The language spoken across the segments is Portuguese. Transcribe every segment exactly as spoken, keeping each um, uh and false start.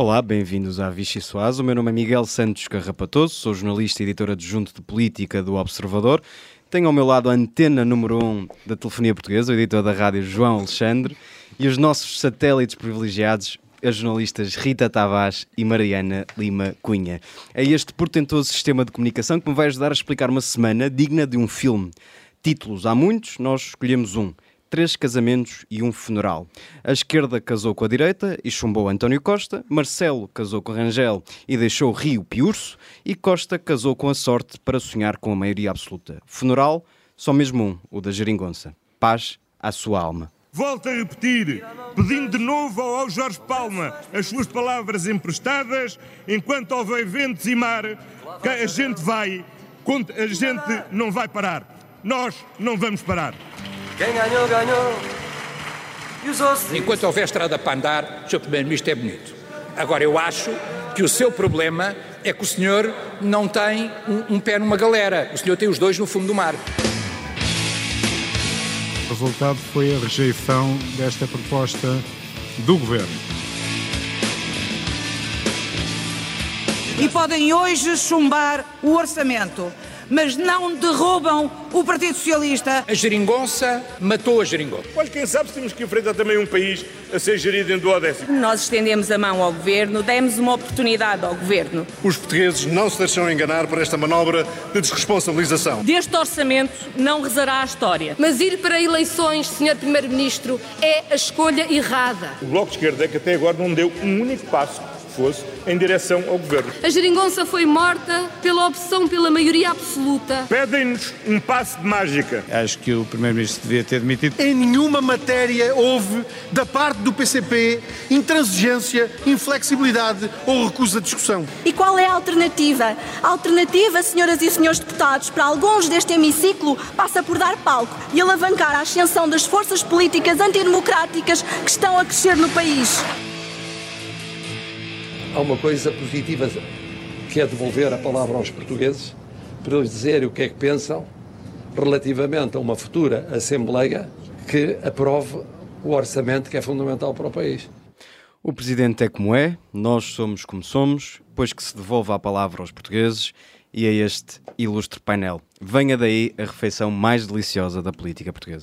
Olá, bem-vindos à Vichy Soase. O meu nome é Miguel Santos Carrapatoso, sou jornalista e editor adjunto de política do Observador. Tenho ao meu lado a antena número um da telefonia portuguesa, o editor da rádio João Alexandre, e os nossos satélites privilegiados, as jornalistas Rita Tavares e Mariana Lima Cunha. É este portentoso sistema de comunicação que me vai ajudar a explicar uma semana digna de um filme. Títulos há muitos, nós escolhemos um. Três casamentos e um funeral. A esquerda casou com a direita e chumbou António Costa, Marcelo casou com Rangel e deixou Rio Piurso, e Costa casou com a sorte para sonhar com a maioria absoluta. Funeral, só mesmo um, o da Geringonça. Paz à sua alma. Volto a repetir, pedindo de novo ao Jorge Palma as suas palavras emprestadas, enquanto houver ventos e mar, que a gente vai, a gente não vai parar. Nós não vamos parar. Quem ganhou, ganhou. E os outros... Enquanto houver estrada para andar, o senhor Primeiro-Ministro é bonito. Agora, eu acho que o seu problema é que o senhor não tem um, um pé numa galera. O senhor tem os dois no fundo do mar. O resultado foi a rejeição desta proposta do Governo. E podem hoje chumbar o orçamento, mas não derrubam o Partido Socialista. A geringonça matou a geringonça. Olha, quem sabe se temos que enfrentar também um país a ser gerido em duodécimo. Nós estendemos a mão ao Governo, demos uma oportunidade ao Governo. Os portugueses não se deixam enganar por esta manobra de desresponsabilização. Deste orçamento não rezará a história. Mas ir para eleições, senhor Primeiro-Ministro, é a escolha errada. O Bloco de Esquerda é que até agora não deu um único passo fosse em direção ao Governo. A geringonça foi morta pela opção pela maioria absoluta. Pedem-nos um passo de mágica. Acho que o Primeiro-Ministro devia ter demitido. Em nenhuma matéria houve, da parte do P C P, intransigência, inflexibilidade ou recusa à discussão. E qual é a alternativa? A alternativa, senhoras e senhores deputados, para alguns deste hemiciclo, passa por dar palco e alavancar a ascensão das forças políticas antidemocráticas que estão a crescer no país. Há uma coisa positiva, que é devolver a palavra aos portugueses para eles dizerem o que é que pensam relativamente a uma futura Assembleia que aprove o orçamento que é fundamental para o país. O Presidente é como é, nós somos como somos, pois que se devolva a palavra aos portugueses e a este ilustre painel. Venha daí a refeição mais deliciosa da política portuguesa.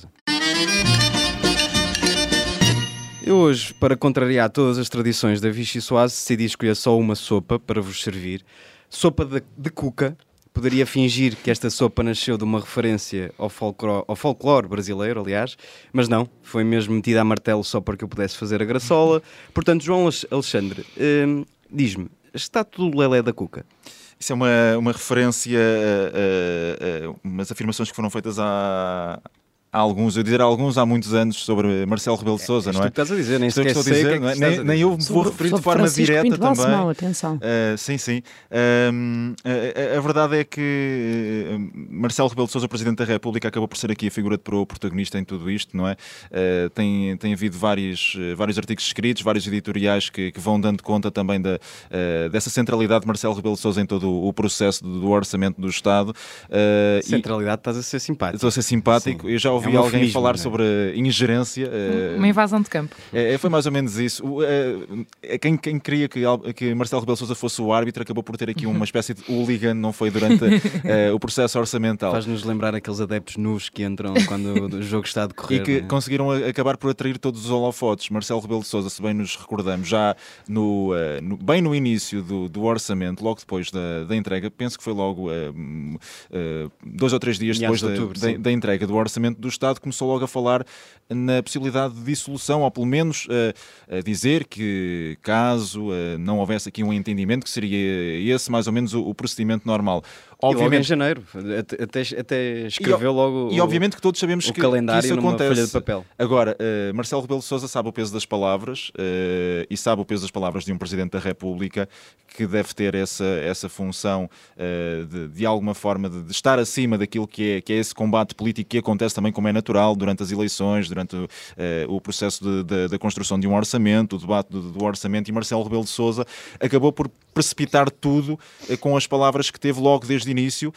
Eu hoje, para contrariar todas as tradições da Vichy Soase, decidi escolher só uma sopa para vos servir. Sopa de, de cuca. Poderia fingir que esta sopa nasceu de uma referência ao folclore, ao folclore brasileiro, aliás, mas não, foi mesmo metida a martelo só para que eu pudesse fazer a graçola. Portanto, João Alexandre, hum, diz-me, está tudo lelé da cuca? Isso é uma, uma referência a, a, a umas afirmações que foram feitas há... Há alguns, eu dizer há alguns, há muitos anos, sobre Marcelo Rebelo de Sousa, é, não é? Tu estás a dizer, nem sequer estou sei dizer, que é que não é? estás Nem, nem eu me vou referir de forma Francisco direta Pinto também. Balsemão, atenção. Uh, sim, sim. Um, a, a, a verdade é que Marcelo Rebelo de Sousa, Presidente da República, acabou por ser aqui a figura de protagonista em tudo isto, não é? Uh, tem, tem havido vários, vários artigos escritos, vários editoriais que, que vão dando conta também da, uh, dessa centralidade de Marcelo Rebelo de Sousa em todo o processo do, do orçamento do Estado. Uh, centralidade, e, estás a ser simpático. Estou a ser simpático. Sim. Eu já ouvi é um alguém eufemismo, falar sobre ingerência. Uma invasão de campo. É, foi mais ou menos isso. Quem, quem queria que, que Marcelo Rebelo de Sousa fosse o árbitro acabou por ter aqui uma espécie de hooligan, não foi durante uh, o processo orçamental. Faz-nos lembrar aqueles adeptos nus que entram quando o jogo está a decorrer. E que né? conseguiram acabar por atrair todos os holofotes. Marcelo Rebelo de Sousa, se bem nos recordamos, já no, uh, no, bem no início do, do orçamento, logo depois da, da entrega, penso que foi logo uh, uh, dois ou três dias depois de outubro, da, da, da entrega do orçamento do Estado, começou logo a falar na possibilidade de dissolução, ou pelo menos uh, a dizer que caso uh, não houvesse aqui um entendimento, que seria esse mais ou menos o, o procedimento normal. Obviamente, em janeiro, até, até escreveu e, logo e obviamente que todos sabemos o que, calendário que isso numa acontece. Folha de papel. Agora, uh, Marcelo Rebelo de Sousa sabe o peso das palavras uh, e sabe o peso das palavras de um Presidente da República que deve ter essa, essa função uh, de, de alguma forma de, de estar acima daquilo que é, que é esse combate político que acontece também como é natural, durante as eleições, durante uh, o processo de, de, da construção de um orçamento, o debate do, do orçamento, e Marcelo Rebelo de Sousa acabou por precipitar tudo uh, com as palavras que teve logo desde o início.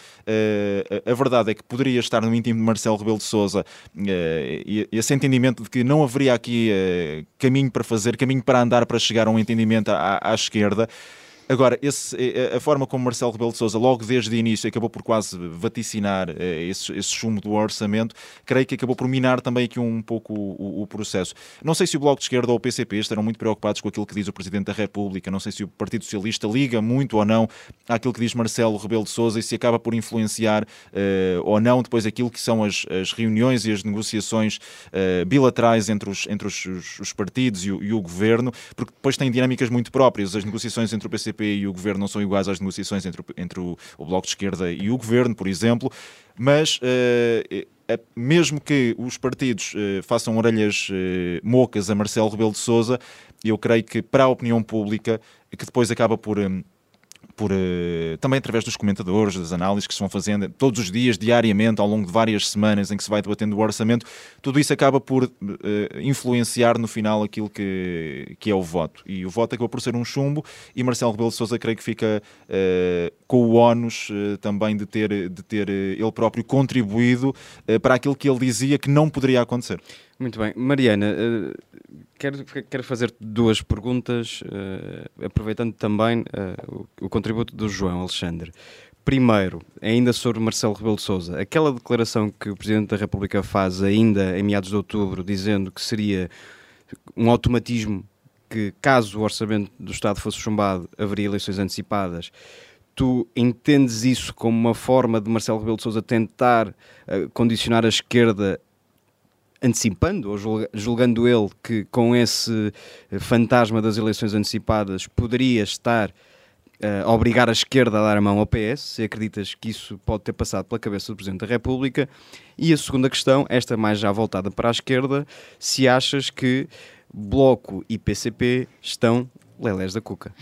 Uh, a, a verdade é que poderia estar no íntimo de Marcelo Rebelo de Sousa uh, e, e esse entendimento de que não haveria aqui uh, caminho para fazer, caminho para andar para chegar a um entendimento à, à esquerda. Agora, esse, a forma como Marcelo Rebelo de Sousa, logo desde o início, acabou por quase vaticinar esse, esse chumbo do orçamento, creio que acabou por minar também aqui um pouco o, o, o processo. Não sei se o Bloco de Esquerda ou o P C P estarão muito preocupados com aquilo que diz o Presidente da República, não sei se o Partido Socialista liga muito ou não àquilo que diz Marcelo Rebelo de Sousa e se acaba por influenciar uh, ou não depois aquilo que são as, as reuniões e as negociações uh, bilaterais entre, os, entre os, os, os partidos e o, e o Governo, porque depois têm dinâmicas muito próprias. As negociações entre o P C P e o Governo não são iguais às negociações entre, entre o, o Bloco de Esquerda e o Governo, por exemplo, mas uh, é, mesmo que os partidos uh, façam orelhas uh, mocas a Marcelo Rebelo de Sousa, eu creio que para a opinião pública, que depois acaba por... Um, Por, uh, também através dos comentadores, das análises que se vão fazendo todos os dias, diariamente, ao longo de várias semanas em que se vai debatendo o orçamento, tudo isso acaba por uh, influenciar no final aquilo que, que é o voto. E o voto acaba por ser um chumbo e Marcelo Rebelo de Sousa creio que fica uh, com o ónus uh, também de ter, de ter uh, ele próprio contribuído uh, para aquilo que ele dizia que não poderia acontecer. Muito bem. Mariana, uh, quero, quero fazer duas perguntas, uh, aproveitando também uh, o, o contributo do João Alexandre. Primeiro, ainda sobre Marcelo Rebelo de Sousa, aquela declaração que o Presidente da República faz ainda em meados de outubro, dizendo que seria um automatismo que, caso o orçamento do Estado fosse chumbado, haveria eleições antecipadas. Tu entendes isso como uma forma de Marcelo Rebelo de Sousa tentar uh, condicionar a esquerda, antecipando ou julgando ele que com esse fantasma das eleições antecipadas poderia estar uh, a obrigar a esquerda a dar a mão ao P S? Se acreditas que isso pode ter passado pela cabeça do Presidente da República? E a segunda questão, esta mais já voltada para a esquerda, se achas que Bloco e P C P estão lelés da cuca?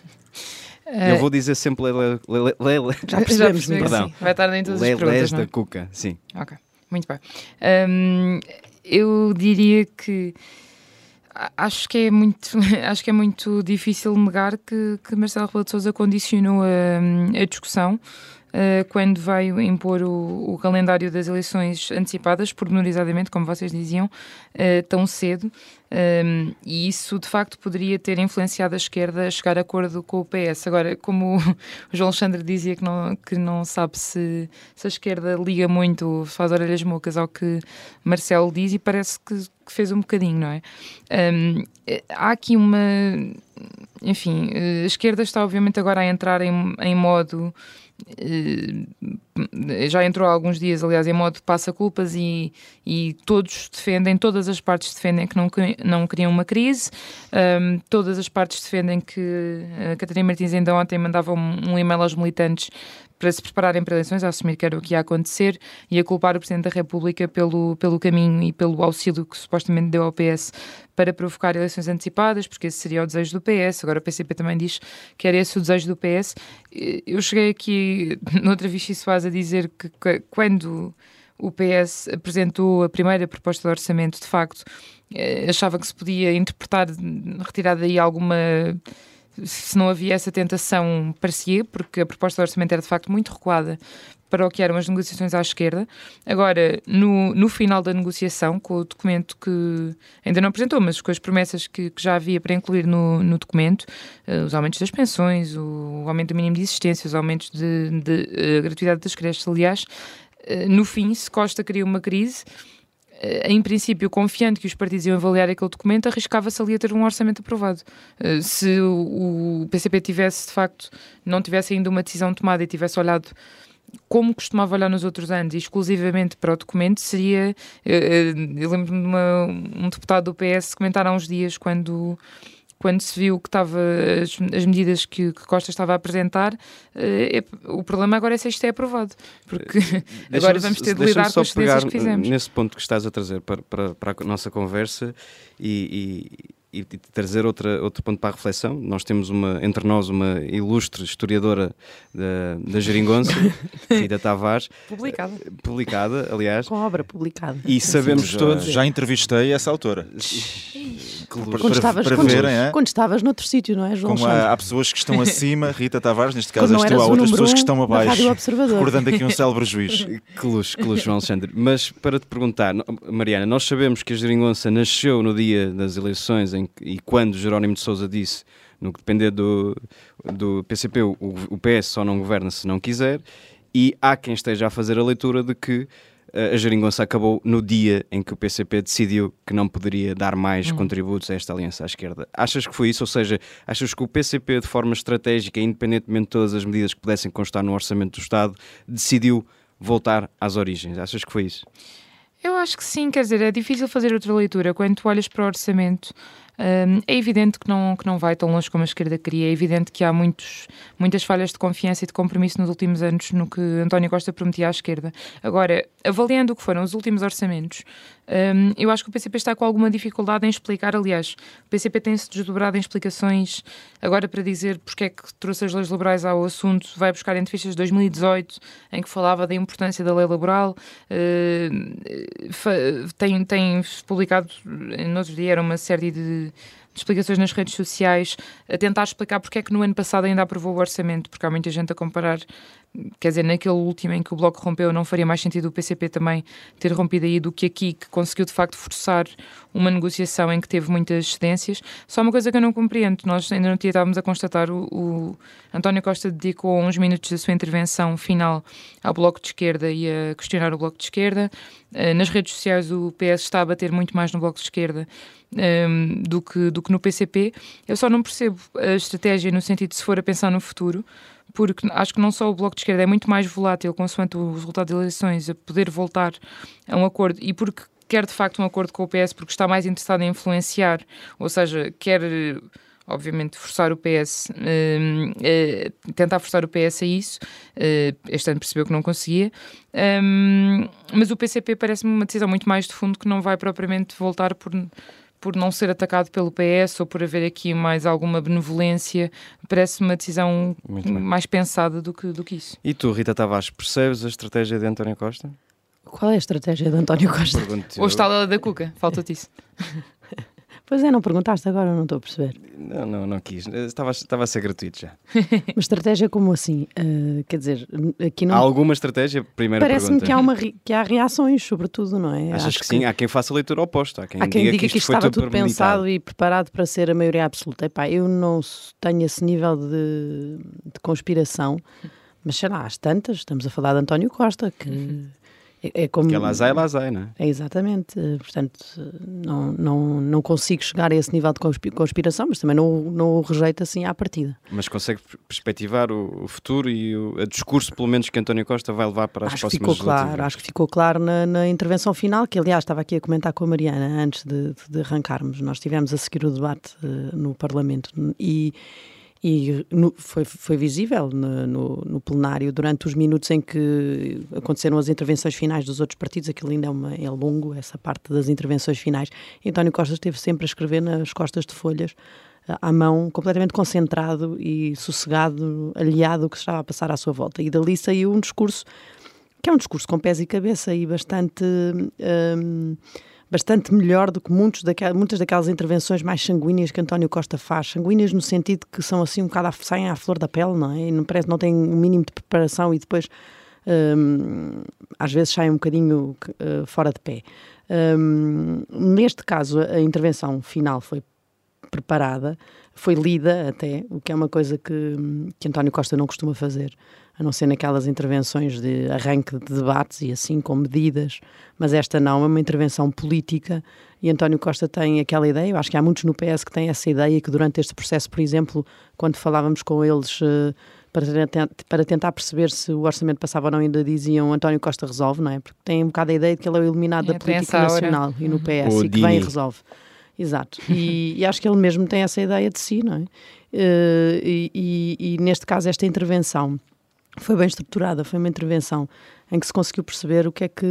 Eu vou dizer sempre lele, lele, lele, já percebemos, perdão. Sim. Vai estar em todas as perguntas, lelés não é? da cuca, sim. Ok, muito bem. Um, eu diria que acho que é muito, acho que é muito difícil negar que, que Marcelo Rebelo de Sousa condicionou a, a discussão uh, quando veio impor o, o calendário das eleições antecipadas, pormenorizadamente, como vocês diziam, uh, tão cedo. Um, e isso de facto poderia ter influenciado a esquerda a chegar a acordo com o P S. Agora, como o João Alexandre dizia que não, que não sabe se, se a esquerda liga muito, faz orelhas mocas ao que Marcelo diz, e parece que, que fez um bocadinho, não é? Um, há aqui uma... Enfim, a esquerda está obviamente agora a entrar em, em modo... já entrou há alguns dias, aliás, em modo de passa-culpas, e, e todos defendem, todas as partes defendem que não, não queriam uma crise, um, todas as partes defendem que a Catarina Martins ainda ontem mandava um, um e-mail aos militantes para se prepararem para eleições, a assumir que era o que ia acontecer, e a culpar o Presidente da República pelo, pelo caminho e pelo auxílio que supostamente deu ao P S para provocar eleições antecipadas, porque esse seria o desejo do P S. Agora o P C P também diz que era esse o desejo do P S. Eu cheguei aqui noutra Vichy Soares a dizer que, que quando o P S apresentou a primeira proposta de orçamento, de facto, achava que se podia interpretar, retirar daí alguma... se não havia essa tentação, parecia, porque a proposta de orçamento era de facto muito recuada para o que eram as negociações à esquerda. Agora, no, no final da negociação, com o documento que ainda não apresentou, mas com as promessas que, que já havia para incluir no, no documento, uh, os aumentos das pensões, o aumento do mínimo de existência, os aumentos de, de uh, gratuidade das creches, aliás, uh, no fim, se Costa queria uma crise, em princípio, confiante que os partidos iam avaliar aquele documento, arriscava-se ali a ter um orçamento aprovado. Se o P C P tivesse, de facto, não tivesse ainda uma decisão tomada e tivesse olhado como costumava olhar nos outros anos, e exclusivamente para o documento, seria... Eu lembro-me de uma, um deputado do P S comentar há uns dias, quando... quando se viu que estava as, as medidas que, que Costa estava a apresentar, é, o problema agora é se isto é aprovado, porque agora vamos ter de lidar com as cedências que fizemos. Nesse ponto que estás a trazer para, para, para a nossa conversa, e, e, e trazer outra, outro ponto para a reflexão. Nós temos uma, entre nós uma ilustre historiadora da, da Geringonça, Rita Tavares. Publicada. Publicada, aliás. Com obra publicada. E sabemos já, todos... Já entrevistei essa autora. Quando, para, estavas, para quando, verem, é? quando estavas noutro sítio, não é, João? Como há, há pessoas que estão acima, Rita Tavares, neste caso és tu, há outras pessoas um que estão abaixo, recordando aqui um célebre juiz. Que luxo, que luxo, João Alexandre. Mas para te perguntar, Mariana, nós sabemos que a Geringonça nasceu no dia das eleições em, e quando Jerónimo de Sousa disse, no que depender do, do P C P, o, o P S só não governa se não quiser, e há quem esteja a fazer a leitura de que a Geringonça acabou no dia em que o P C P decidiu que não poderia dar mais uhum. contributos a esta aliança à esquerda. Achas que foi isso? Ou seja, achas que o P C P, de forma estratégica, independentemente de todas as medidas que pudessem constar no orçamento do Estado, decidiu voltar às origens? Achas que foi isso? Eu acho que sim, quer dizer, é difícil fazer outra leitura. Quando tu olhas para o orçamento, um, é evidente que não, que não vai tão longe como a esquerda queria. É evidente que há muitos, muitas falhas de confiança e de compromisso nos últimos anos no que António Costa prometia à esquerda. Agora, avaliando o que foram os últimos orçamentos, um, eu acho que o P C P está com alguma dificuldade em explicar. Aliás, o P C P tem-se desdobrado em explicações agora para dizer porque é que trouxe as leis laborais ao assunto. Vai buscar entrevistas de dois mil e dezoito, em que falava da importância da lei laboral. Uh, tem, tem publicado, no outro dia, era uma série de de explicações nas redes sociais, a tentar explicar porque é que no ano passado ainda aprovou o orçamento, porque há muita gente a comparar, quer dizer, naquele último em que o Bloco rompeu, não faria mais sentido o P C P também ter rompido aí do que aqui, que conseguiu de facto forçar uma negociação em que teve muitas cedências. Só uma coisa que eu não compreendo, nós ainda não estávamos a constatar, o, o António Costa dedicou uns minutos da sua intervenção final ao Bloco de Esquerda e a questionar o Bloco de Esquerda. Nas redes sociais o P S está a bater muito mais no Bloco de Esquerda um, do, que, do que no P C P. Eu só não percebo a estratégia no sentido de se for a pensar no futuro, porque acho que não só o Bloco de Esquerda é muito mais volátil consoante o resultado das eleições a poder voltar a um acordo, e porque quer de facto um acordo com o P S porque está mais interessado em influenciar, ou seja, quer obviamente forçar o P S, uh, uh, tentar forçar o P S a isso. Uh, este ano percebeu que não conseguia, um, mas o P C P parece-me uma decisão muito mais de fundo, que não vai propriamente voltar por, por não ser atacado pelo P S ou por haver aqui mais alguma benevolência. Parece uma decisão mais pensada do que, do que isso. E tu, Rita Tavares, percebes a estratégia de António Costa? Qual é a estratégia de António Costa? Ou está lá da Cuca? Falta-te isso. Pois é, não perguntaste agora, não estou a perceber. Não, não, não quis. Estava, estava a ser gratuito já. Uma estratégia como assim? Uh, quer dizer, aqui não... Há alguma estratégia? Primeira Parece-me pergunta. que há, uma, que há reações, sobretudo, não é? Achas Acho que sim? Que... Há quem faça a leitura oposta. Há quem, há quem diga, diga que isto, que isto foi estava tudo tudo pensado e preparado para ser a maioria absoluta. Epá, eu não tenho esse nível de, de conspiração, mas sei lá, às tantas, estamos a falar de António Costa, que... É, é como... Que é lazai, é lazai, não é? É exatamente, portanto não, não, não consigo chegar a esse nível de conspiração, mas também não, não o rejeito assim à partida. Mas consegue perspectivar o, o futuro e o, o discurso, pelo menos, que António Costa vai levar para as acho próximas ficou claro, legislativas? Acho que ficou claro na, na intervenção final, que aliás estava aqui a comentar com a Mariana antes de, de arrancarmos. Nós estivemos a seguir o debate uh, no Parlamento e E no, foi, foi visível no, no, no plenário, durante os minutos em que aconteceram as intervenções finais dos outros partidos. Aquilo ainda é, uma, é longo, essa parte das intervenções finais. E António Costa esteve sempre a escrever nas costas de folhas, à mão, completamente concentrado e sossegado, aliado ao que se estava a passar à sua volta. E dali saiu um discurso, que é um discurso com pés e cabeça e bastante... Hum, bastante melhor do que muitos daquelas, muitas daquelas intervenções mais sanguíneas que António Costa faz. Sanguíneas no sentido que são assim um bocado, saem à flor da pele, não é? E não parece, não tem um mínimo de preparação e depois hum, às vezes saem um bocadinho uh, fora de pé. Hum, neste caso, a intervenção final foi preparada, foi lida até, o que é uma coisa que, que António Costa não costuma fazer, a não ser naquelas intervenções de arranque de debates e assim, com medidas, mas esta não, é uma intervenção política e António Costa tem aquela ideia, eu acho que há muitos no P S que têm essa ideia, que durante este processo, por exemplo, quando falávamos com eles uh, para, para tentar perceber se o orçamento passava ou não, ainda diziam António Costa resolve, não é? Porque tem um bocado a ideia de que ele é o eliminado é, da política nacional hora. E no P S, uhum. e que vem e resolve. Exato, e, e acho que ele mesmo tem essa ideia de si, não é? Uh, e, e, e neste caso esta intervenção foi bem estruturada, foi uma intervenção em que se conseguiu perceber o que é que,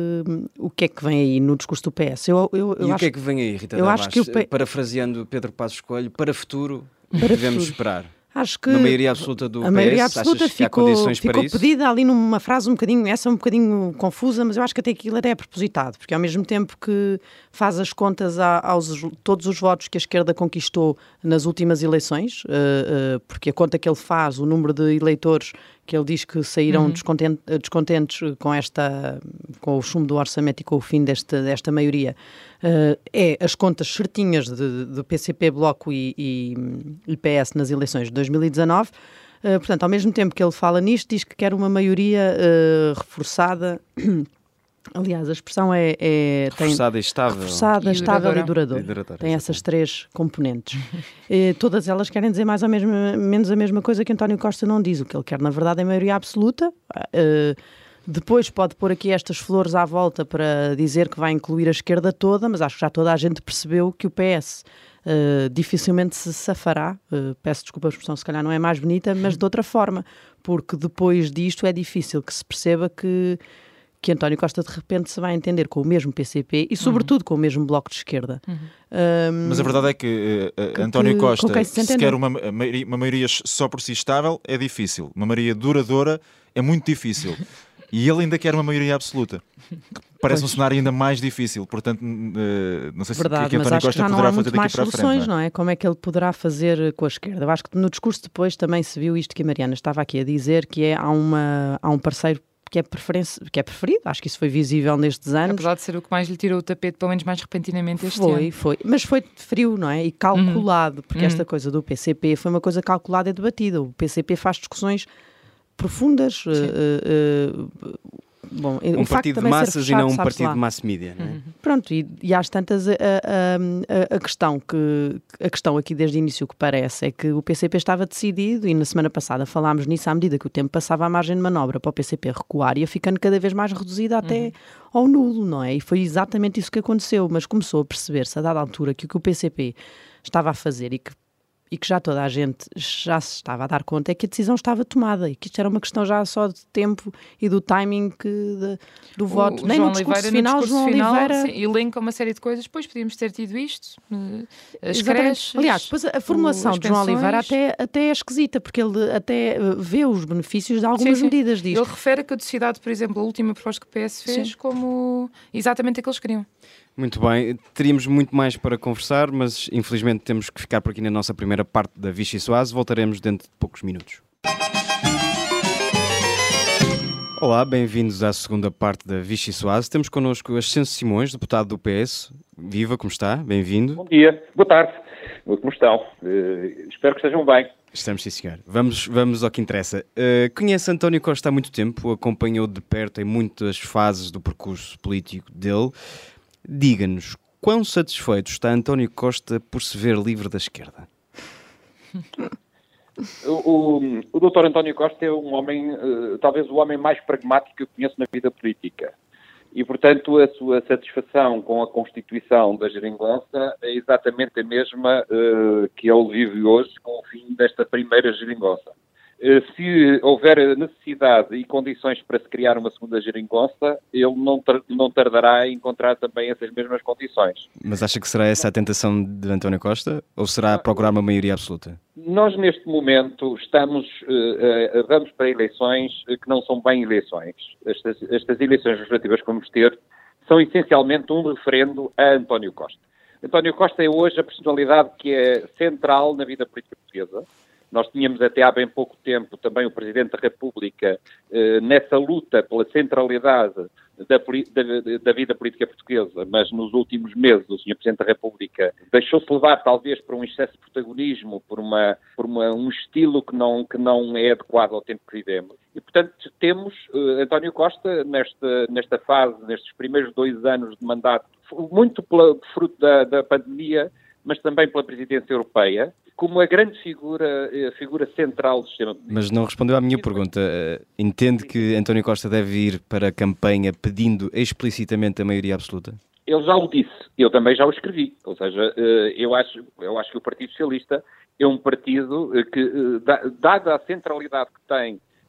o que, é que vem aí no discurso do P S. Eu, eu, eu e acho, o que é que vem aí, Rita eu Davas? acho que o P... Parafraseando Pedro Passos Coelho, para futuro, para devemos futuro. esperar. Acho que na maioria absoluta do a maioria P S, absoluta achas que há ficou, condições para ficou isso? pedida ali numa frase um bocadinho, essa um bocadinho confusa, mas eu acho que até aquilo até é propositado, porque ao mesmo tempo que faz as contas a, aos todos os votos que a esquerda conquistou nas últimas eleições, uh, uh, porque a conta que ele faz, o número de eleitores que ele diz que saíram uhum. descontentes, descontentes com, esta, com o chumbo do orçamento e com o fim desta, desta maioria, uh, é as contas certinhas de, de P C P, Bloco e, e, e P S nas eleições de dois mil e dezanove. Uh, portanto, ao mesmo tempo que ele fala nisto, diz que quer uma maioria uh, reforçada. Aliás, a expressão é... é reforçada tem, e estável. Reforçada, e estável duradoura. e duradoura. E duradoura, tem essas três componentes. e, todas elas querem dizer mais ou mesma, menos a mesma coisa que António Costa não diz. O que ele quer, na verdade, é maioria absoluta. Uh, depois pode pôr aqui estas flores à volta para dizer que vai incluir a esquerda toda, mas acho que já toda a gente percebeu que o P S... Uh, dificilmente se safará, uh, peço desculpa a expressão, se calhar não é mais bonita, mas de outra forma, porque depois disto é difícil que se perceba que, que António Costa de repente se vai entender com o mesmo P C P e sobretudo uhum. com o mesmo Bloco de Esquerda. Uhum. Um, mas a verdade é que, uh, que António Costa, que, se, se quer uma, uma maioria só por si estável, é difícil. Uma maioria duradoura é muito difícil. E ele ainda quer uma maioria absoluta. Parece pois. um cenário ainda mais difícil. Portanto, uh, não sei se Verdade, o que António Costa poderá fazer daqui para a frente. Soluções, não é? Como é que ele poderá fazer com a esquerda? Eu acho que no discurso depois também se viu isto que a Mariana estava aqui a dizer, que é, há, uma, há um parceiro que é, que é preferido. Acho que isso foi visível nestes anos. Apesar de ser o que mais lhe tirou o tapete, pelo menos mais repentinamente este foi, ano. Foi, foi. Mas foi frio, não é? E calculado, uhum. porque uhum. esta coisa do P C P foi uma coisa calculada e debatida. O P C P faz discussões profundas. Uh, uh, Bom, um o partido de massas fechado, e não um partido lá. de mass media, não é? Uhum. Pronto, e, e às tantas a, a, a, questão que, a questão aqui desde o início que parece é que o P C P estava decidido e na semana passada falámos nisso à medida que o tempo passava a margem de manobra para o P C P recuar, ia ficando cada vez mais reduzida até uhum. ao nulo, não é? E foi exatamente isso que aconteceu, mas começou a perceber-se a dada altura que o que o P C P estava a fazer e que e que já toda a gente já se estava a dar conta é que a decisão estava tomada e que isto era uma questão já só de tempo e do timing que de, do o, voto. O Nem João no discurso Oliveira, final, no discurso João final, Oliveira... Sim, elenca uma série de coisas, depois podíamos ter tido isto, as creches... Aliás, depois a formulação de João Oliveira até, até é esquisita, porque ele até vê os benefícios de algumas sim, sim. medidas disto. Ele refere a caducidade, por exemplo, a última proposta que o P S fez, sim. como exatamente aquilo que eles queriam. Muito bem, teríamos muito mais para conversar, mas infelizmente temos que ficar por aqui na nossa primeira parte da Vichy Soase. Voltaremos dentro de poucos minutos. Olá, bem-vindos à segunda parte da Vichy Soase. Temos connosco Ascenso Simões, deputado do P S. Viva, como está? Bem-vindo. Bom dia, boa tarde. Como estão? Uh, espero que estejam bem. Estamos, sim, senhor. Vamos, vamos ao que interessa. Uh, conhece António Costa há muito tempo, acompanhou de perto em muitas fases do percurso político dele. Diga-nos, quão satisfeito está António Costa por se ver livre da esquerda? O, o, o doutor António Costa é um homem, uh, talvez o homem mais pragmático que eu conheço na vida política. E, portanto, a sua satisfação com a constituição da geringonça é exatamente a mesma uh, que ele vive hoje com o fim desta primeira geringonça. Se houver necessidade e condições para se criar uma segunda geringonça, ele não, tar- não tardará em encontrar também essas mesmas condições. Mas acha que será essa a tentação de António Costa? Ou será procurar uma maioria absoluta? Nós, neste momento, estamos, uh, uh, vamos para eleições que não são bem eleições. Estas, estas eleições legislativas que vamos ter são essencialmente um referendo a António Costa. António Costa é hoje a personalidade que é central na vida política portuguesa. Nós tínhamos até há bem pouco tempo também o Presidente da República eh, nessa luta pela centralidade da, da, da vida política portuguesa, mas nos últimos meses o senhor Presidente da República deixou-se levar talvez por um excesso de protagonismo, por, uma, por uma, um estilo que não, que não é adequado ao tempo que vivemos. E, portanto, temos eh, António Costa nesta, nesta fase, nestes primeiros dois anos de mandato, muito pela, fruto da, da pandemia, mas também pela presidência europeia, como a grande figura, a figura central do sistema político. Mas não respondeu à minha pergunta. Entende que António Costa deve ir para a campanha pedindo explicitamente a maioria absoluta? Ele já o disse, eu também já o escrevi. Ou seja, eu acho, eu acho que o Partido Socialista é um partido que, dada a centralidade que tem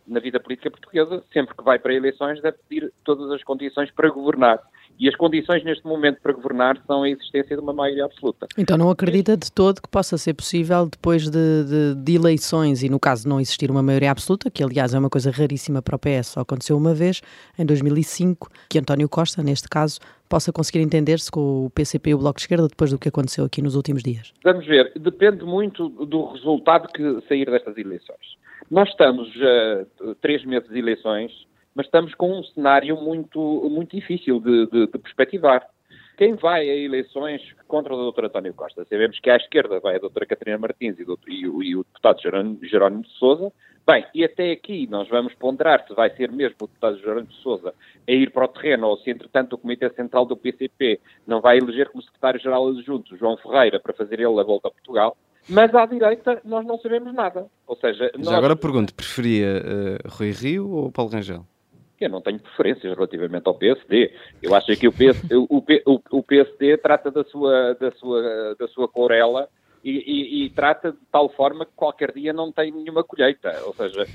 na vida política portuguesa, sempre que vai para eleições, deve pedir todas as condições para governar. E as condições neste momento para governar são a existência de uma maioria absoluta. Então não acredita de todo que possa ser possível, depois de, de, de eleições, e no caso de não existir uma maioria absoluta, que aliás é uma coisa raríssima para o P S, só aconteceu uma vez, em dois mil e cinco, que António Costa, neste caso, possa conseguir entender-se com o P C P e o Bloco de Esquerda depois do que aconteceu aqui nos últimos dias? Vamos ver. Depende muito do resultado que sair destas eleições. Nós estamos a uh, três meses de eleições, mas estamos com um cenário muito, muito difícil de, de, de perspectivar. Quem vai a eleições contra o doutor António Costa? Sabemos que à esquerda vai a doutora Catarina Martins e, do, e, o, e o deputado Jerónimo de Sousa. Bem, e até aqui nós vamos ponderar se vai ser mesmo o deputado Jerónimo de Sousa a ir para o terreno ou se, entretanto, o Comitê Central do P C P não vai eleger como secretário-geral adjunto João Ferreira para fazer ele a volta a Portugal. Mas à direita nós não sabemos nada. Ou seja, Já nós... agora pergunto, preferia uh, Rui Rio ou Paulo Rangel? Eu não tenho preferências relativamente ao P S D. Eu acho que o, P S, o, o, o P S D trata da sua, da sua, da sua clorela e, e, e trata de tal forma que qualquer dia não tem nenhuma colheita. Ou seja,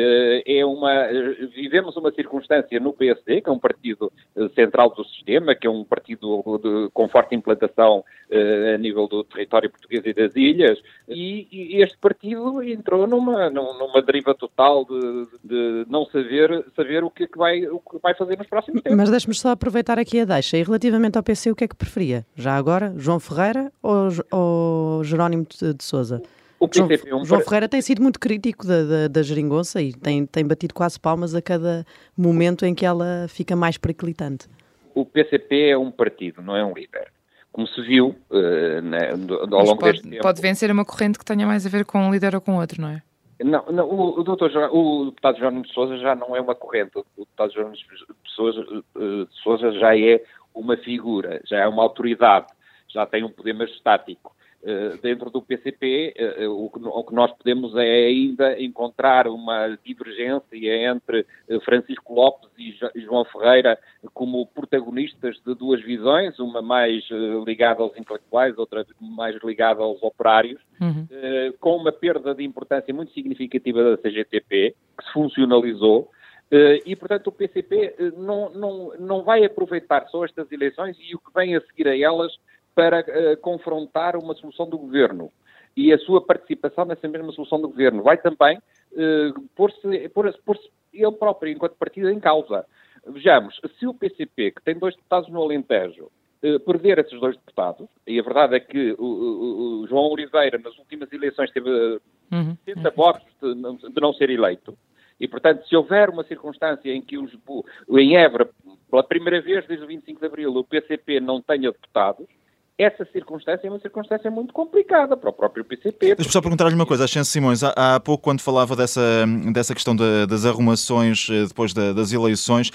é uma, vivemos uma circunstância no P S D, que é um partido central do sistema, que é um partido de, com forte implantação a nível do território português e das ilhas, e, e este partido entrou numa, numa deriva total de, de não saber, saber o, que é que vai, o que vai fazer nos próximos tempos. Mas deixe-me só aproveitar aqui a deixa. E relativamente ao P C, o que é que preferia? Já agora, João Ferreira ou, ou Jerónimo de, de Sousa? O P C P João, é um João par... Ferreira tem sido muito crítico da, da, da geringonça e tem, tem batido quase palmas a cada momento em que ela fica mais periclitante. O P C P é um partido, não é um líder. Como se viu uh, né, ao longo pode, deste tempo. Pode vencer uma corrente que tenha mais a ver com um líder ou com outro, não é? Não, não o, o, doutor, o deputado Jerónimo de Sousa já não é uma corrente. O deputado Jerónimo de Sousa, uh, de Sousa já é uma figura, já é uma autoridade, já tem um poder majestático. Uh, dentro do P C P, uh, uh, o, que, o que nós podemos é ainda encontrar uma divergência entre uh, Francisco Lopes e jo- João Ferreira como protagonistas de duas visões, uma mais uh, ligada aos intelectuais, outra mais ligada aos operários, uhum. uh, com uma perda de importância muito significativa da C G T P, que se funcionalizou. Uh, e, portanto, o P C P uh, não, não, não vai aproveitar só estas eleições e o que vem a seguir a elas para uh, confrontar uma solução do governo e a sua participação nessa mesma solução do governo. Vai também uh, pôr-se, pôr-se, pôr-se ele próprio, enquanto partido, em causa. Vejamos, se o P C P, que tem dois deputados no Alentejo, uh, perder esses dois deputados, e a verdade é que o, o, o João Oliveira, nas últimas eleições, teve uhum. setenta votos de não, de não ser eleito, e, portanto, se houver uma circunstância em que os, em Évora, pela primeira vez desde o vinte e cinco de Abril, o P C P não tenha deputados, essa circunstância é uma circunstância muito complicada para o próprio P C P. Deixa-me só perguntar-lhe uma coisa, Ascenso Simões, há, há pouco quando falava dessa, dessa questão da, das arrumações depois da, das eleições,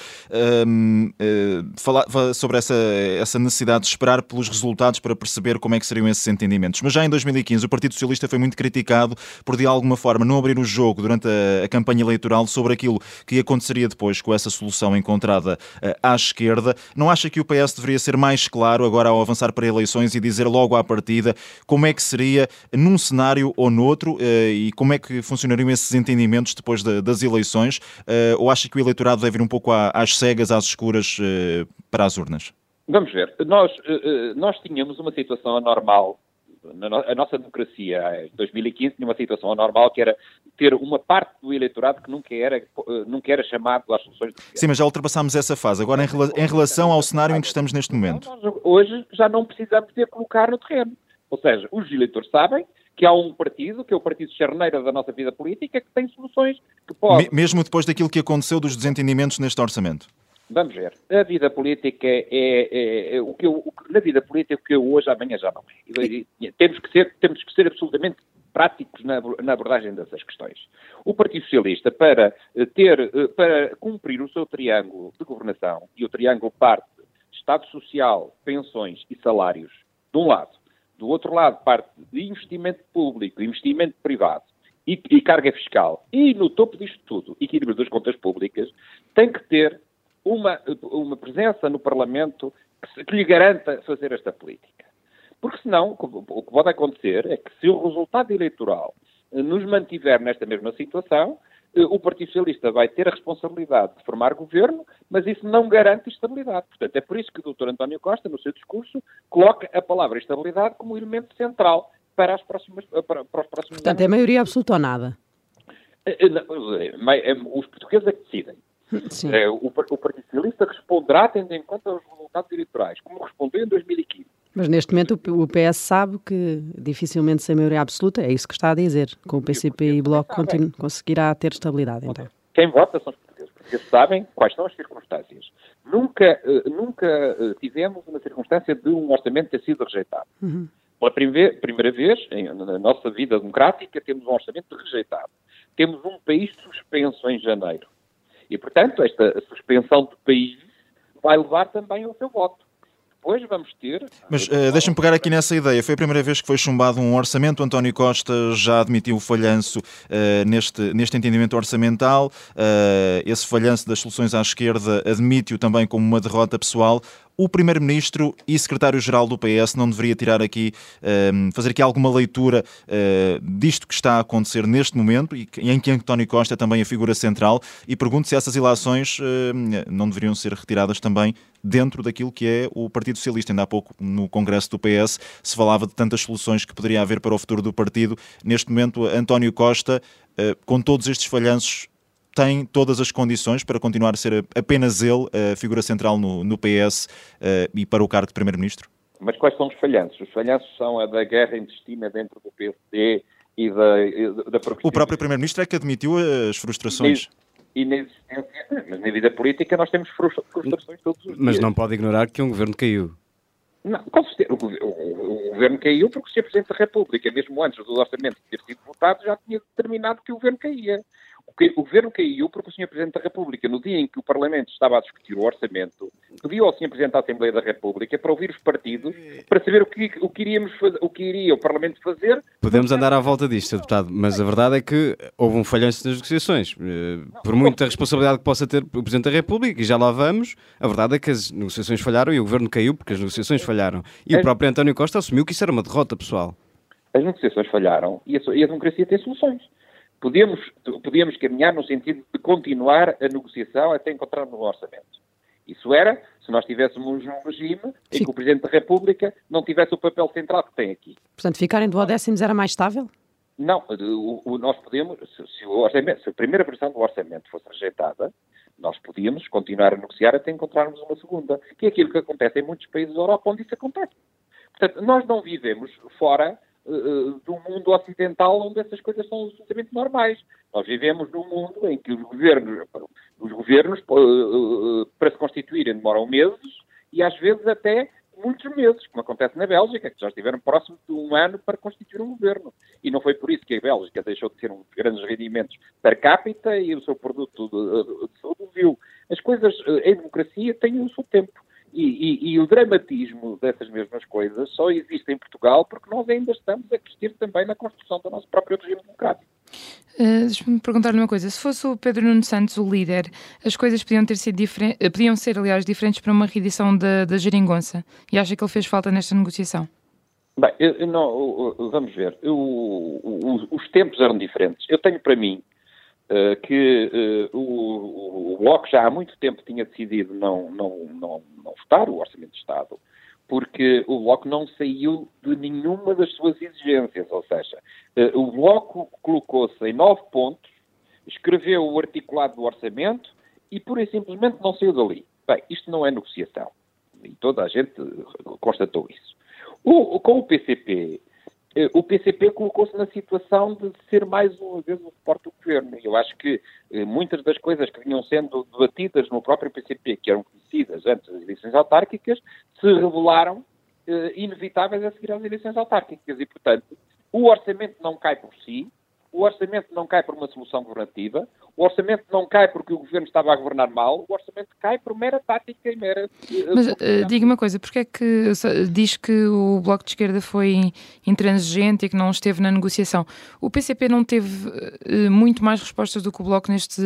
um, uh, falava sobre essa, essa necessidade de esperar pelos resultados para perceber como é que seriam esses entendimentos. Mas já em dois mil e quinze o Partido Socialista foi muito criticado por, de alguma forma, não abrir o jogo durante a, a campanha eleitoral sobre aquilo que aconteceria depois com essa solução encontrada uh, à esquerda. Não acha que o P S deveria ser mais claro agora ao avançar para eleições e dizer logo à partida como é que seria num cenário ou noutro e como é que funcionariam esses entendimentos depois de, das eleições, ou acha que o eleitorado deve ir um pouco às cegas, às escuras para as urnas? Vamos ver. Nós, nós tínhamos uma situação anormal. A nossa democracia, em dois mil e quinze, tinha uma situação anormal que era ter uma parte do eleitorado que nunca era, nunca era chamado às soluções do Sim, mas já ultrapassámos essa fase. Agora, em, rela- em relação ao cenário em que estamos neste momento. Nós hoje já não precisamos de colocar no terreno. Ou seja, os eleitores sabem que há um partido, que é o partido charneira da nossa vida política, que tem soluções que podem... Mesmo depois daquilo que aconteceu dos desentendimentos neste orçamento? Vamos ver. A vida política é, é, é o que eu, o que, na vida política o que eu hoje, amanhã já não é. E, e, temos que ser, temos que ser absolutamente práticos na, na abordagem dessas questões. O Partido Socialista, para ter, para cumprir o seu triângulo de governação, e o triângulo parte Estado Social, pensões e salários, de um lado. Do outro lado, parte de investimento público, investimento privado e, e carga fiscal. E no topo disto tudo, equilíbrio das contas públicas, tem que ter Uma, uma presença no Parlamento que, que lhe garanta fazer esta política. Porque senão, o que pode acontecer é que se o resultado eleitoral nos mantiver nesta mesma situação, o Partido Socialista vai ter a responsabilidade de formar governo, mas isso não garante estabilidade. Portanto, é por isso que o doutor António Costa, no seu discurso, coloca a palavra estabilidade como elemento central para, as próximas, para, para os próximos Portanto, anos. é maioria absoluta ou nada? Os portugueses é que decidem. Sim. O Partido Socialista responderá tendo em conta os resultados eleitorais, como respondeu em dois mil e quinze. Mas neste momento o P S sabe que dificilmente sem maioria absoluta, é isso que está a dizer, com o P C P e o Bloco continu- conseguirá ter estabilidade, então. Quem vota são os portugueses. Os portugueses sabem quais são as circunstâncias. Nunca, uh, nunca uh, tivemos uma circunstância de um orçamento ter sido rejeitado. Uhum. Pela primeira, primeira vez em, na nossa vida democrática temos um orçamento rejeitado. Temos um país suspenso em janeiro. E, portanto, esta suspensão do país vai levar também ao seu voto. Depois vamos ter... Mas uh, deixa-me pegar aqui nessa ideia. Foi a primeira vez que foi chumbado um orçamento. António Costa já admitiu o falhanço uh, neste, neste entendimento orçamental. Uh, esse falhanço das soluções à esquerda admite-o também como uma derrota pessoal. O Primeiro-Ministro e Secretário-Geral do P S não deveria tirar aqui, um, fazer aqui alguma leitura uh, disto que está a acontecer neste momento e em que António Costa é também a figura central, e pergunto se essas ilações uh, não deveriam ser retiradas também dentro daquilo que é o Partido Socialista. Ainda há pouco, no Congresso do P S, se falava de tantas soluções que poderia haver para o futuro do partido. Neste momento, António Costa, uh, com todos estes falhanços, tem todas as condições para continuar a ser apenas ele a figura central no, no P S uh, e para o cargo de Primeiro-Ministro? Mas quais são os falhanços? Os falhanços são a da guerra intestina dentro do P S D e da, e da progressividade. O próprio Primeiro-Ministro é que admitiu as frustrações. E na existência, mas na vida política nós temos frustrações todos os dias. Mas não pode ignorar que um governo caiu. Não, com certeza. O, o, o governo caiu porque o senhor Presidente da República, mesmo antes do orçamento ter sido votado, já tinha determinado que o governo caía. O governo caiu porque o senhor Presidente da República, no dia em que o Parlamento estava a discutir o orçamento, pediu ao senhor Presidente da Assembleia da República para ouvir os partidos, para saber o que, o que, iríamos fazer, o que iria o Parlamento fazer. Podemos andar à volta disto, deputado, mas a verdade é que houve um falhanço nas negociações. Por muita responsabilidade que possa ter o Presidente da República, e já lá vamos, a verdade é que as negociações falharam e o governo caiu porque as negociações falharam. E o próprio António Costa assumiu que isso era uma derrota pessoal. As negociações falharam e a, e a democracia tem soluções. Podíamos, podíamos caminhar no sentido de continuar a negociação até encontrarmos um orçamento. Isso era se nós tivéssemos um regime em que o Presidente da República não tivesse o papel central que tem aqui. Portanto, ficarem duodécimos era mais estável? Não, o, o, nós podemos, se, se, o orçamento, se a primeira versão do orçamento fosse rejeitada, nós podíamos continuar a negociar até encontrarmos uma segunda, que é aquilo que acontece em muitos países da Europa onde isso acontece. Portanto, nós não vivemos fora do mundo ocidental onde essas coisas são absolutamente normais. Nós vivemos num mundo em que os governos, os governos para se constituírem demoram meses e às vezes até muitos meses, como acontece na Bélgica, que já estiveram próximo de um ano para constituir um governo. E não foi por isso que a Bélgica deixou de ter um dos grandes rendimentos per capita e o seu produto de, de saúde viu. As coisas em democracia têm o seu tempo. E, e, e o dramatismo dessas mesmas coisas só existe em Portugal porque nós ainda estamos a crescer também na construção do nosso próprio regime democrático. Uh, Deixa-me perguntar-lhe uma coisa. Se fosse o Pedro Nuno Santos o líder, as coisas podiam, ter sido diferen- podiam ser, aliás, diferentes para uma reedição da, da Geringonça? E acha que ele fez falta nesta negociação? Bem, eu, eu não, vamos ver. Eu, os, os tempos eram diferentes. Eu tenho para mim Uh, que uh, o, o Bloco já há muito tempo tinha decidido não, não, não, não votar o Orçamento de Estado, porque o Bloco não saiu de nenhuma das suas exigências, ou seja, uh, o Bloco colocou-se em nove pontos, escreveu o articulado do Orçamento e pura e simplesmente não saiu dali. Bem, isto não é negociação, e toda a gente constatou isso. O, com o P C P, o P C P colocou-se na situação de ser mais uma vez o suporte do governo. Eu acho que eh, muitas das coisas que vinham sendo debatidas no próprio P C P, que eram conhecidas antes das eleições autárquicas, se revelaram eh, inevitáveis a seguir às eleições autárquicas. E, portanto, o orçamento não cai por si, o orçamento não cai por uma solução governativa, o orçamento não cai porque o governo estava a governar mal, o orçamento cai por mera tática e mera... Uh, Mas uh, diga uma coisa, porque é que diz que o Bloco de Esquerda foi intransigente e que não esteve na negociação? O P C P não teve uh, muito mais respostas do que o Bloco neste...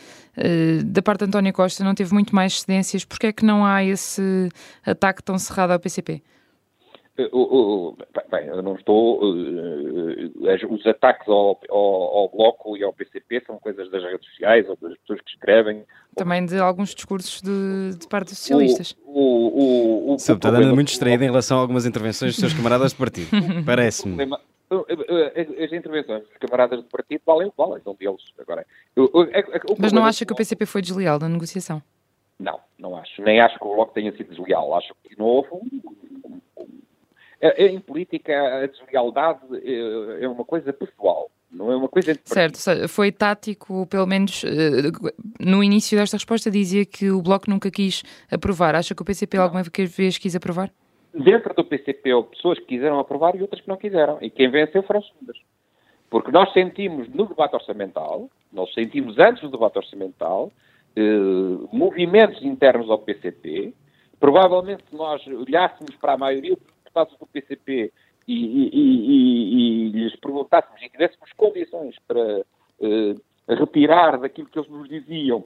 Uh, da parte de António Costa, não teve muito mais cedências. Porque é que não há esse ataque tão cerrado ao P C P? Uh, uh, bem, eu não estou... Uh, uh, os ataques ao, ao, ao Bloco e ao P C P são coisas das redes sociais ou das pessoas que escrevem. Também de alguns discursos de, de parte dos socialistas. O, o, o, o, o está dando muito distraído em relação a algumas intervenções dos seus camaradas de partido. Parece-me. As intervenções dos camaradas de partido valem o que valem, são deles. Agora, eu, eu, eu, Mas não acha que o P C P foi desleal na negociação? Não, não acho. Nem acho que o Bloco tenha sido desleal. Acho que não houve um... Em política, a deslealdade é uma coisa pessoal, não é uma coisa entre partidos. Certo, foi tático, pelo menos no início desta resposta dizia que o Bloco nunca quis aprovar. Acha que o P C P alguma vez quis aprovar? Dentro do P C P houve pessoas que quiseram aprovar e outras que não quiseram. E quem venceu foram as segundas. Porque nós sentimos no debate orçamental, nós sentimos antes do debate orçamental, eh, movimentos internos ao P C P. Provavelmente se nós olhássemos para a maioria do P C P e, e, e, e lhes perguntássemos e tivéssemos condições para uh, retirar daquilo que eles nos diziam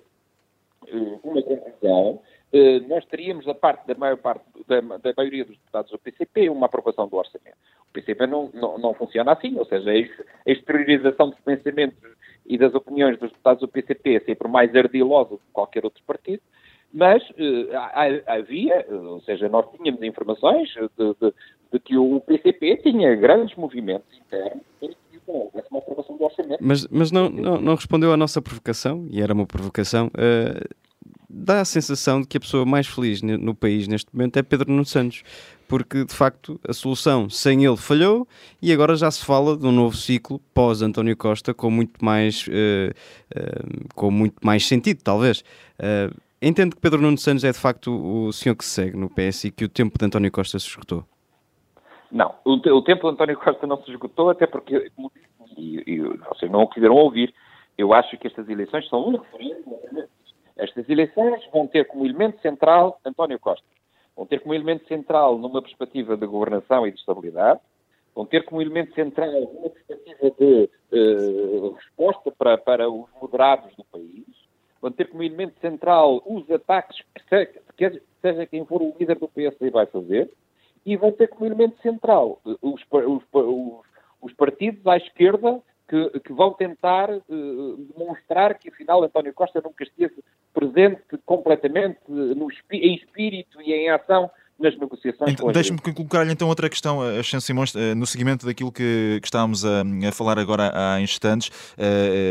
uh, uma conclusão, uh, nós teríamos da parte da maior parte da, da maioria dos deputados do P C P uma aprovação do orçamento. O P C P não, não, não funciona assim, ou seja, a exteriorização dos pensamentos e das opiniões dos deputados do P C P é sempre mais ardilosa do que qualquer outro partido. Mas uh, havia, ou seja, nós tínhamos informações de, de, de que o P C P tinha grandes movimentos internos e houvesse uma aprovação do orçamento. Mas, mas não, não, não respondeu à nossa provocação, e era uma provocação. Uh, dá a sensação de que a pessoa mais feliz no país neste momento é Pedro Nuno Santos, porque de facto a solução sem ele falhou e agora já se fala de um novo ciclo pós-António Costa com muito mais, uh, uh, com muito mais sentido, talvez. Uh, Entendo que Pedro Nuno Santos é de facto o senhor que se segue no P S e que o tempo de António Costa se esgotou? Não, o, te, o tempo de António Costa não se esgotou, até porque, e, e vocês não o quiseram ouvir, eu acho que estas eleições são um referendo. Estas eleições vão ter como elemento central António Costa. Vão ter como elemento central numa perspectiva de governação e de estabilidade, vão ter como elemento central uma perspectiva de uh, resposta para, para os moderados do país, vão ter como elemento central os ataques que seja quem for o líder do P S D vai fazer, e vão ter como elemento central os, os, os, os partidos à esquerda que, que vão tentar uh, demonstrar que, afinal, António Costa nunca esteve presente completamente no, em espírito e em ação nas negociações. Então, deixe-me colocar-lhe então outra questão, Ascenso Simões, no seguimento daquilo que, que estávamos a, a falar agora há instantes, uh,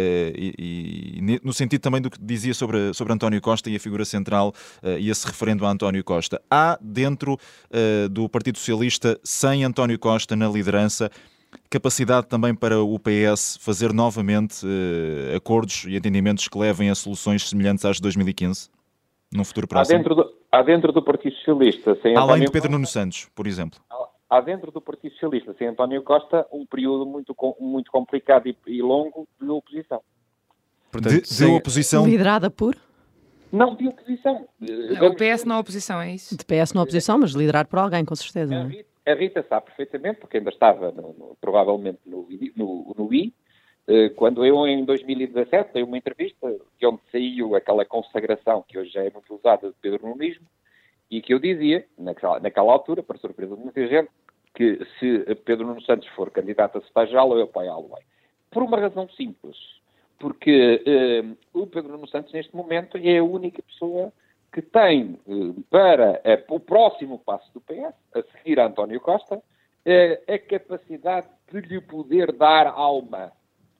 e, e no sentido também do que dizia sobre, sobre António Costa e a figura central uh, e esse referendo a António Costa. Há dentro uh, do Partido Socialista, sem António Costa na liderança, capacidade também para o P S fazer novamente uh, acordos e entendimentos que levem a soluções semelhantes às de dois mil e quinze? Num futuro próximo? Há dentro do, há dentro do Partido Socialista... Sem Além António de Pedro Costa, Nuno Santos, por exemplo. Há dentro do Partido Socialista, sem António Costa, um período muito, muito complicado e, e longo de oposição. Portanto, de, de sem... oposição... Liderada por? Não, de oposição. Não, o P S na oposição, é isso? De P S na oposição, mas liderado por alguém, com certeza. A não é? Rita, a Rita sabe perfeitamente, porque ainda estava, no, no, provavelmente, no, no, no I, quando eu, em dois mil e dezassete, dei uma entrevista de onde saiu aquela consagração que hoje já é muito usada de Pedro Nunismo, e que eu dizia, naquela, naquela altura, para surpresa de muita gente, que se Pedro Nuno Santos for candidato a secretário-geral, eu apoiá-lo. Por uma razão simples, porque eh, o Pedro Nuno Santos, neste momento, é a única pessoa que tem, eh, para eh, o próximo passo do P S, a seguir a António Costa, eh, a capacidade de lhe poder dar alma.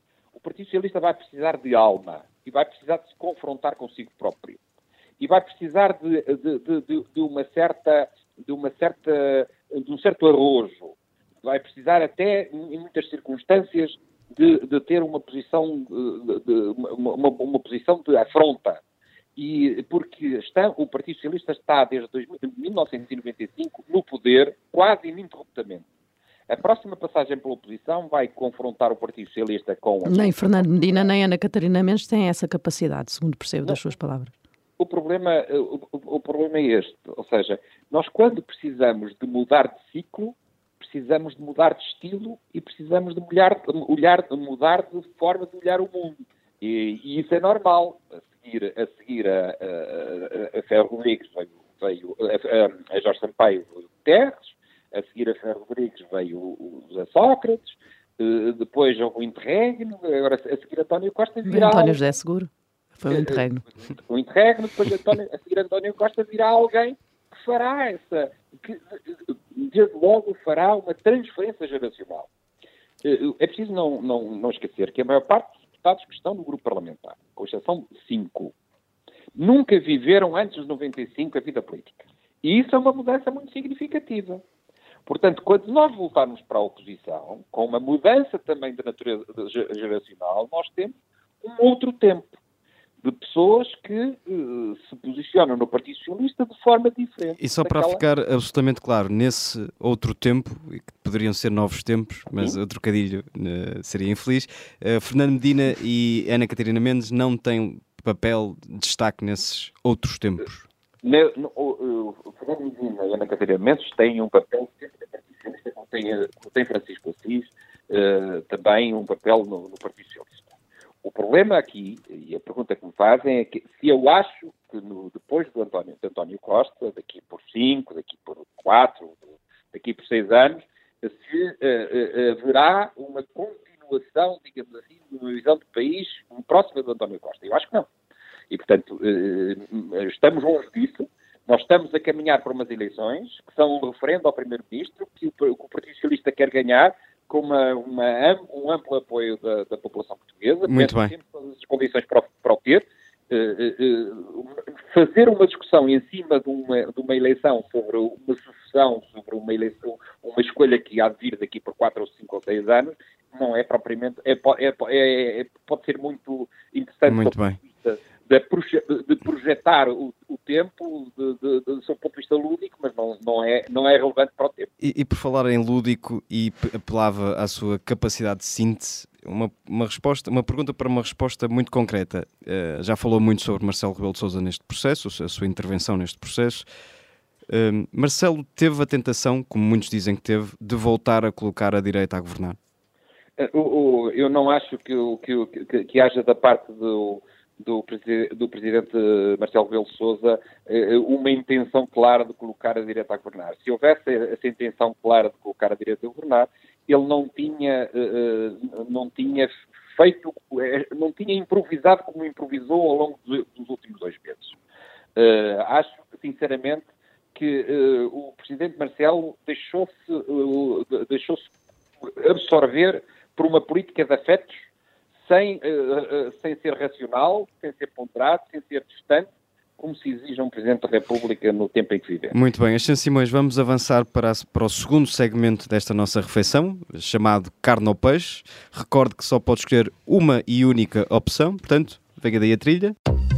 O Partido Socialista vai precisar de alma e vai precisar de se confrontar consigo próprio. E vai precisar de, de, de, de, uma certa, de, uma certa, de um certo arrojo. Vai precisar até, em muitas circunstâncias, de, de ter uma posição de, de, uma, uma, uma posição de afronta. E porque está, o Partido Socialista está, desde mil novecentos e noventa e cinco, no poder quase ininterruptamente. A próxima passagem pela oposição vai confrontar o Partido Socialista com... A... Nem Fernando Medina, nem Ana Catarina Mendes têm essa capacidade, segundo percebo das Não. suas palavras. O problema, o, o problema é este. Ou seja, nós quando precisamos de mudar de ciclo, precisamos de mudar de estilo e precisamos de olhar, olhar, mudar de forma de olhar o mundo. E, e isso é normal. A seguir a, seguir a, a, a Ferro Rodrigues veio, veio a, a, a Jorge Sampaio Terres, a seguir a Ferro Rodrigues veio o, o José Sócrates, uh, depois houve o interregno, agora a seguir António Costa virá... António José Seguro, foi o interregno. Uh, o interregno, depois António, a seguir António Costa virá alguém que fará essa... que desde logo fará uma transferência geracional. Uh, é preciso não, não, não esquecer que a maior parte dos deputados que estão no grupo parlamentar, com exceção de cinco, nunca viveram antes de noventa e cinco a vida política. E isso é uma mudança muito significativa. Portanto, quando nós voltarmos para a oposição, com uma mudança também de natureza geracional, nós temos um outro tempo de pessoas que uh, se posicionam no Partido Socialista de forma diferente. E só para daquela... ficar absolutamente claro, nesse outro tempo, e que poderiam ser novos tempos, mas Sim. o trocadilho uh, seria infeliz, uh, Fernando Medina e Ana Catarina Mendes não têm papel de destaque nesses outros tempos? No, no, o, o Fernando Medina e Ana Catarina Mendes têm um papel sempre no Partido Socialista, como tem, como tem Francisco Assis, uh, também um papel no, no Partido Socialista. O problema aqui, e a pergunta que me fazem, é que se eu acho que no, depois do António, de António Costa, daqui por cinco, daqui por quatro, daqui por seis anos, se uh, uh, haverá uma continuação, digamos assim, de uma visão do país próxima do António Costa. Eu acho que não. E, portanto, estamos longe disso. Nós estamos a caminhar para umas eleições que são um referendo ao Primeiro-Ministro, que o, que o Partido Socialista quer ganhar com uma, uma, um amplo apoio da, da população portuguesa. Muito bem. Temos todas as condições para, para o ter. Fazer uma discussão em cima de uma, de uma eleição sobre uma sucessão, sobre uma eleição, uma escolha que há de vir daqui por quatro ou cinco ou seis anos, não é propriamente... É, é, é, é, pode ser muito interessante. Muito bem. De, proje de projetar o, o tempo de, de, de, do seu ponto de vista lúdico, mas não, não, é, não é relevante para o tempo. E, e por falar em lúdico, e apelava à sua capacidade de síntese, uma, uma, resposta, uma pergunta para uma resposta muito concreta. Uh, já falou muito sobre Marcelo Rebelo de Sousa neste processo, a sua intervenção neste processo. Uh, Marcelo teve a tentação, como muitos dizem que teve, de voltar a colocar a direita a governar? Uh, uh, eu não acho que, que, que, que haja da parte do... Do, do presidente Marcelo Rebelo de Sousa uma intenção clara de colocar a direita a governar. Se houvesse essa intenção clara de colocar a direita a governar, ele não tinha, não tinha feito, não tinha improvisado como improvisou ao longo dos últimos dois meses. Acho, sinceramente, que o presidente Marcelo deixou-se, deixou-se absorver por uma política de afetos Sem, uh, uh, sem ser racional, sem ser ponderado, sem ser distante, como se exige a um Presidente da República no tempo em que vivemos. Muito bem, Ascenso Simões, vamos avançar para, a, para o segundo segmento desta nossa refeição, chamado Carne ou Peixe. Recorde que só pode escolher uma e única opção, portanto, venha daí a trilha.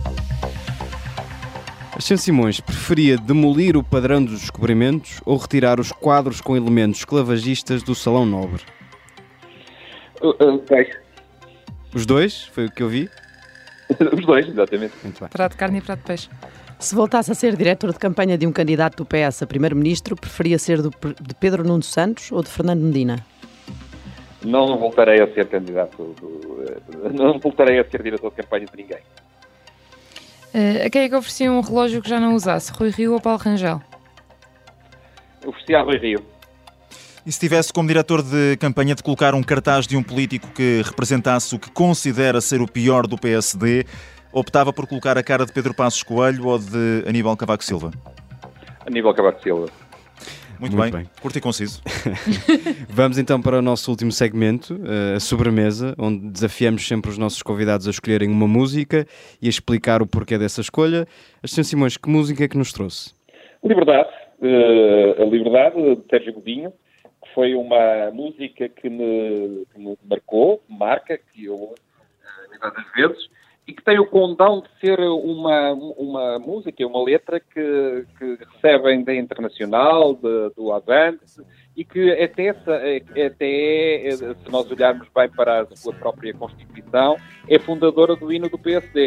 Ascenso Simões preferia demolir o padrão dos descobrimentos ou retirar os quadros com elementos esclavagistas do Salão Nobre? Uh, uh, peixe. Os dois? Foi o que eu vi? Os dois, exatamente. Muito bem. Prato de carne e prato de peixe. Se voltasse a ser diretor de campanha de um candidato do P S a primeiro-ministro, preferia ser do, de Pedro Nuno Santos ou de Fernando Medina? Não voltarei a ser candidato, do, não voltarei a ser diretor de campanha de ninguém. Uh, a quem é que oferecia um relógio que já não usasse? Rui Rio ou Paulo Rangel? Oferecia a Rui Rio. E se tivesse como diretor de campanha de colocar um cartaz de um político que representasse o que considera ser o pior do P S D, optava por colocar a cara de Pedro Passos Coelho ou de Aníbal Cavaco Silva? Aníbal Cavaco Silva. Muito, Muito bem. bem, curto e conciso. Vamos então para o nosso último segmento, a sobremesa, onde desafiamos sempre os nossos convidados a escolherem uma música e a explicar o porquê dessa escolha. Ascenso Simões, que música é que nos trouxe? Liberdade. Uh, a Liberdade, de Sérgio Godinho. Foi uma música que me, que me marcou, marca, que eu ouço várias vezes, e que tem o condão de ser uma, uma música, uma letra que, que recebem da Internacional, de, do Avante, e que até, até, se nós olharmos bem para a sua própria Constituição, é fundadora do hino do P S D.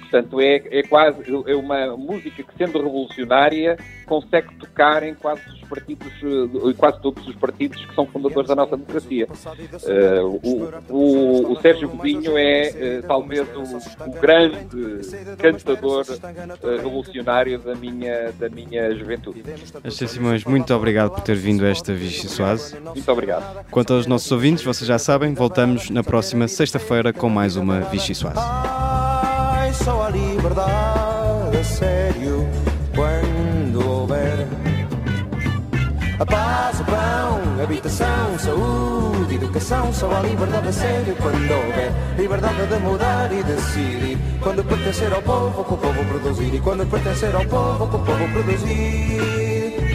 Portanto, é, é quase é uma música que, sendo revolucionária, consegue tocar em quase os partidos, quase todos os partidos que são fundadores da nossa democracia. Uh, o, o, o Sérgio Godinho é uh, talvez o, o grande cantador uh, revolucionário da minha, da minha juventude. Astor Simões, muito obrigado por ter vindo a esta Vichy Soase. Muito obrigado. Quanto aos nossos ouvintes, vocês já sabem, voltamos na próxima sexta-feira com mais uma Vichy Soase. Só a liberdade a sério quando houver a paz, o pão, habitação, saúde, educação. Só a liberdade a sério quando houver liberdade de mudar e decidir. Quando pertencer ao povo, que o povo produzir. E quando pertencer ao povo, que o povo produzir.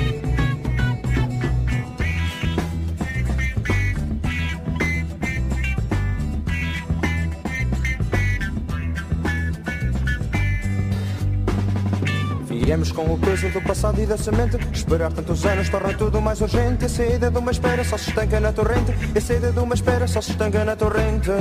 Viemos com o peso do passado e da semente. Esperar tantos anos torna tudo mais urgente. A sede de uma espera só se estanca na torrente. A sede de uma espera só se estanca na torrente.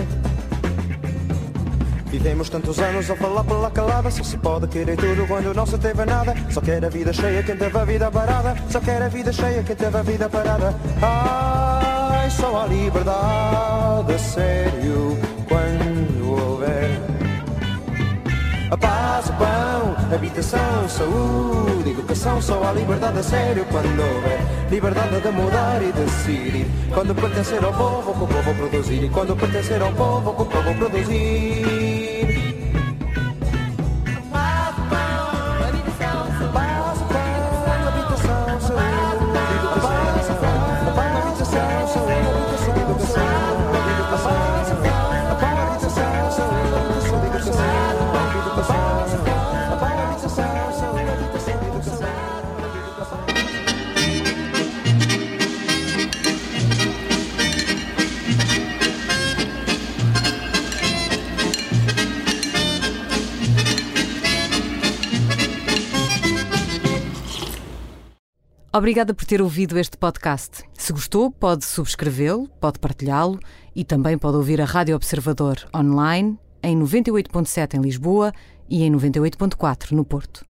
Vivemos tantos anos a falar pela calada. Só se pode querer tudo quando não se teve nada. Só quer a vida cheia quem teve a vida parada. Só quer a vida cheia quem teve a vida parada. Ai, só a liberdade a sério quando houver a paz, o pão, habitação, saúde, educação. Só há liberdade a sério quando houver liberdade de mudar e decidir. Quando pertencer ao povo, que o povo produzir. E quando pertencer ao povo, que o povo produzir. Obrigada por ter ouvido este podcast. Se gostou, pode subscrevê-lo, pode partilhá-lo e também pode ouvir a Rádio Observador online em noventa e oito ponto sete em Lisboa e em noventa e oito ponto quatro no Porto.